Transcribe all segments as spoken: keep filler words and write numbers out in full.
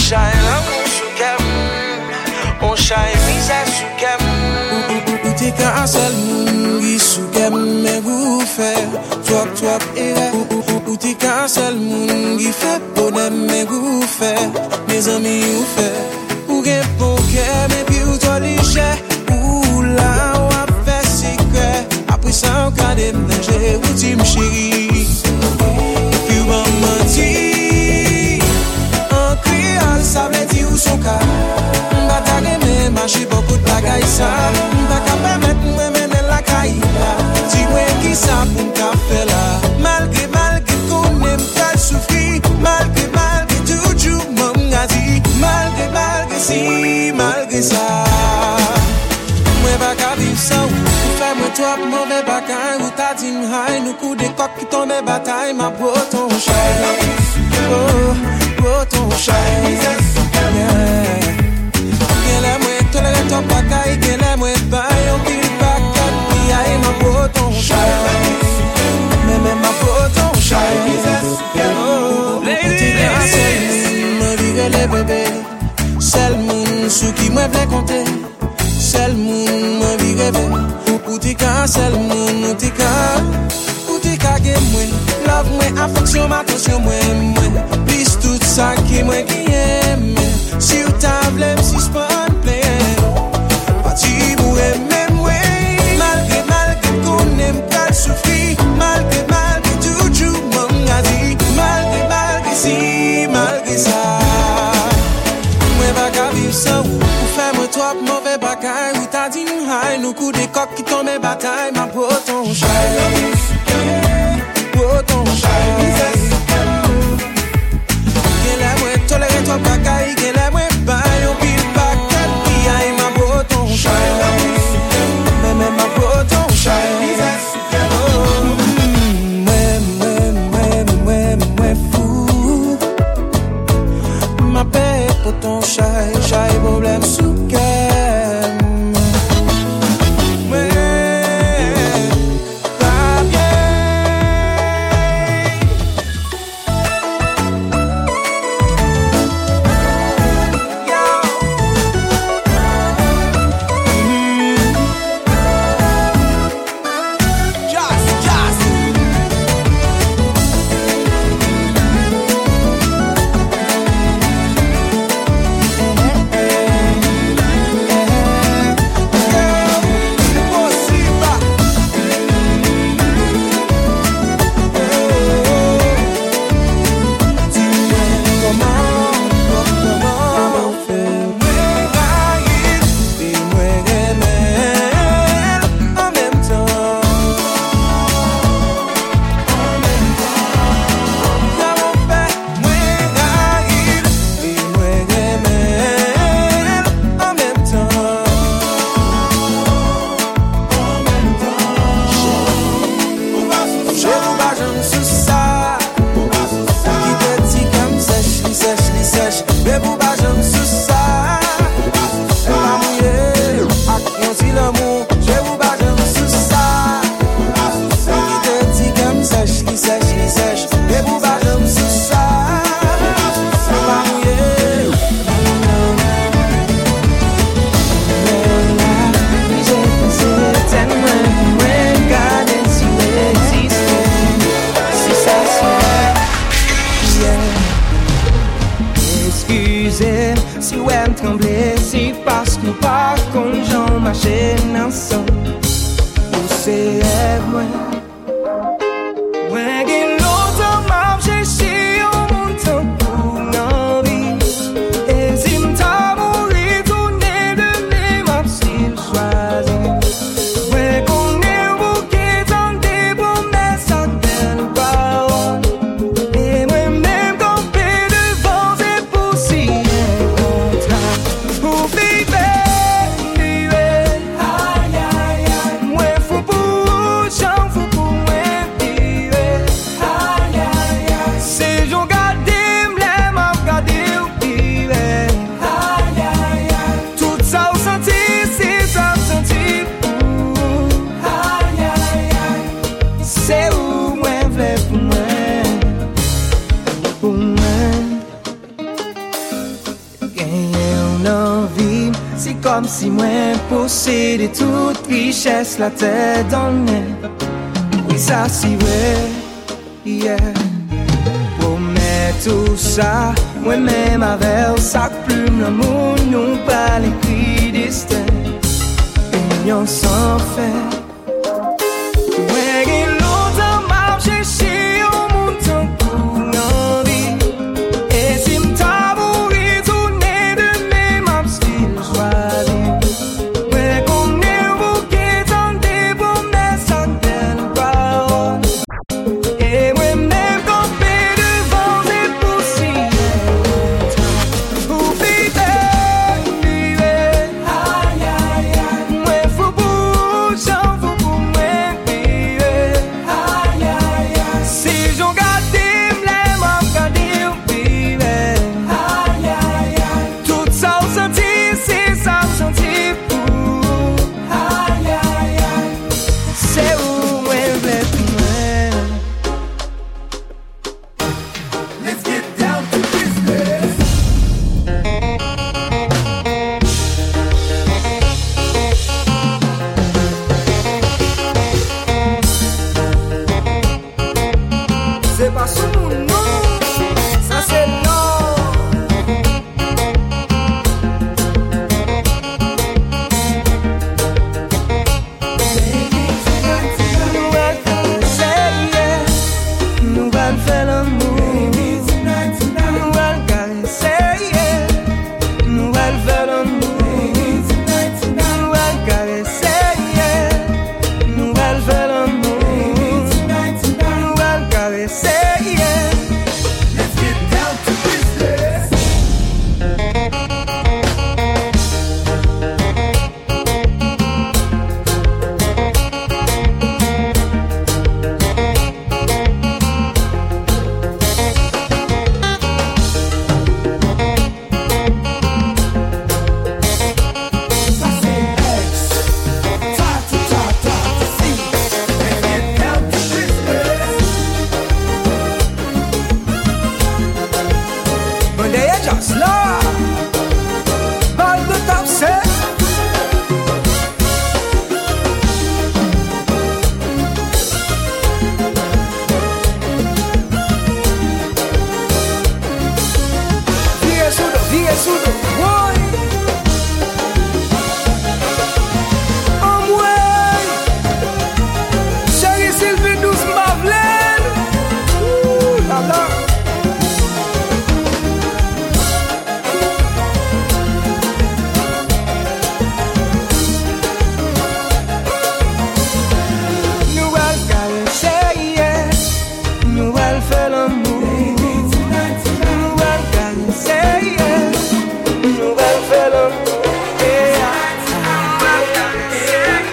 chai l'amour sous kem, on chai misère sous kem. Ou t'es qu'un seul monde qui sous kem, mais vous fait toi toi et ou t'es qu'un seul monde qui fait bonheur, mais vous fait mes amis vous fait ou gen bon cœur, mais puis ou toi léger ou là ou a fait secret après ça on a déménagé ou tu me chérie puis ou m'en menti en créole ça veut dire ou son cas bataille mais marcher beaucoup de bagaille ça pas qu'à permettre moi mener la caille dis-moi qui ça pour me faire là malgré malgré qu'on aime pas souffrir malgré malgré toujours m'en a dit malgré malgré si malgré ça moi pas qu'à vivre ça ou faire moi toi mauvais bagaille ou t'as dit high nous coup de coq qui tombe bataille ma breton chai oh breton chai yeah qu'elle est moi toléré ton bagaille qu'elle est moi bail on pile bagaille puis aïe ma breton chai mais même ma breton chai oh ladies me vivre les bébés seul monde sous qui moi vle compter seul monde me vivre ou t'es qu'un seul monde ou t'es qu'un ou t'es qu'un game moi love moi affection ma attention moi moi plus tout ça qui moi qui aime si ou table si spawn play parti pour aimer moi malgré malgré qu'on aime pas souffrir malgré malgré toujours mon a dit malgré malgré si malgré ça moi pas qu'à vivre ça ou faire moi toi mauvais bagaille ou t'as dit high nous coup des coq qui tombent bataille ma breton chai breton chai qu'elle est moi toléré toi bagaille qu'elle est moi bail on pile bagaille puis aïe ma breton chai mais même ma breton chai moi moi moi moi fou ma paix breton chai chai problème sous comme si moi possédais toute richesse, la tête dans le nez. Oui, ça c'est vrai, yeah. Promets tout ça, moi-même avec sac plume, l'amour, nous pas l'écrit destin. Union sans fait. Ouais, et longtemps marché chez au monde tant qu'on en vie. Et si m't'a mouru, tourner de mes mains, style choisi. Ouais, qu'on est bouquet, tant des promesses, tant de paroles. Et moi-même, campé devant des poussières. Pour vivre, vivre. Aïe, aïe, aïe. Moi, faut bouger, faut pour moi vivre. Aïe, aïe, aïe. Si j'en gardais, m'l'aime, m'en gardais, vivre. Aïe, aïe, aïe. Tout ça, on sentit, c'est ça, on sentit pour. Aïe, aïe, aïe. C'est où, moi, m'l'aime, moi. Let's get down to business. C'est pas sous mon nom, ça c'est l'or. Nouvelle caresse, nouvelle fait l'amour. Nouvelle caresse, nouvelle fait l'amour. Nouvelle caresse, nouvelle fait l'amour. Nouvelle caresse, Let's get down to business. Ça c'est X. Ta ta ta ta ta si. Let's get down to business. but they are just love. By the top set. Vie sudo, vie sudo, boy. En moi, chérie Sylvie douce Marlène. Ouh là là. Nouvelle caresse, yeah. Nouvelle fait l'amour. Nouvelle caresse, yeah. Nouvelle fait l'amour. Yeah. Nouvelle caresse,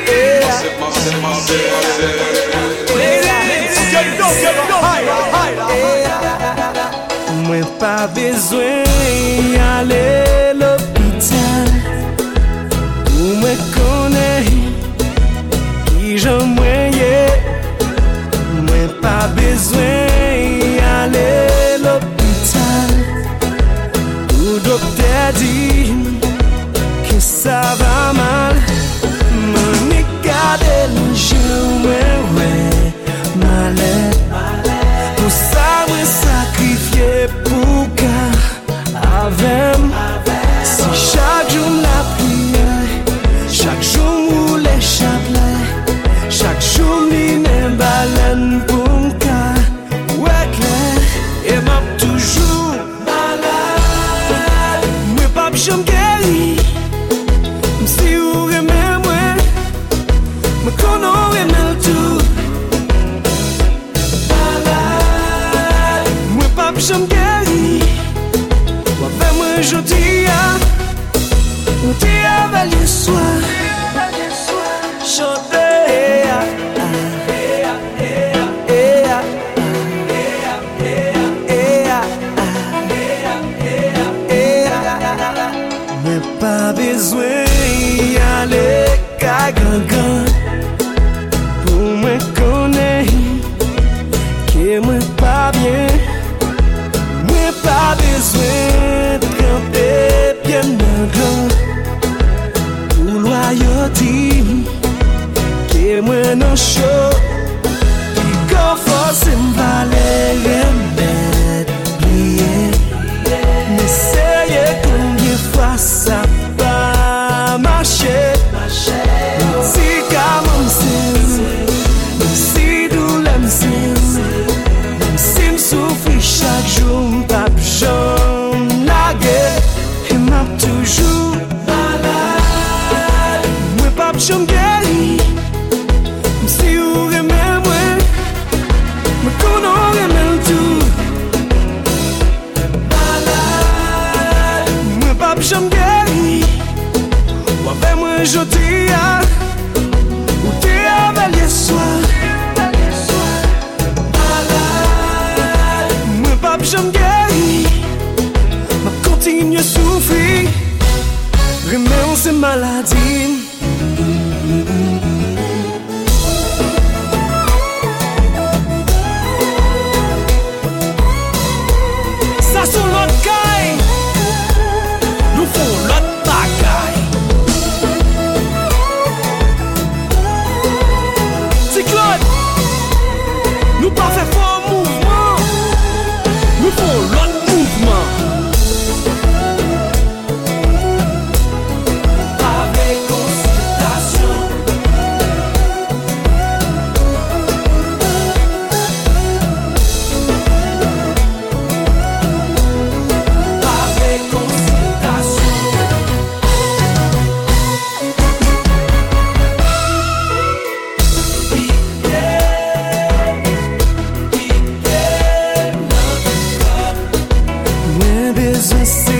yeah. Moi pas besoin aller l'hôpital pour me connaître qui j'en moyen. Moi pas besoin aller l'hôpital pour docteur dit que ça va mal. Mon garde le jeu, ouais, ouais, malade. Pour ça, moi sacrifié pour qu'à avec. Si chaque jour la prière, chaque jour où les chapelets, chaque jour m'y met baleine pour qu'à ouais clair. Et m'a toujours malade. Moi pas j'aime guéri. Si vous aimez moi, me connais aimé tout. Malade. Moi pas j'aime guéri. Avec moi je dis on dit avec le soir. Chanter. Mais pas besoin aller qu'à gangan pour me connaître que moi pas bien. Moi pas besoin de camper bien dedans j'aime guéri. Ou avec moi jodi a, ou t'es avec les soirs. Moi pas j'aime guéri, ma continue souffrir. Remets ces maladies. Ça sur l'autre caille, nous font l'autre bagaille. Cyclone, nous pas fait fort mouvement, nous font l'autre mouvement. Avec consultation, avec consultation. Piqué, piqué, notre corps. Moins besoin c'est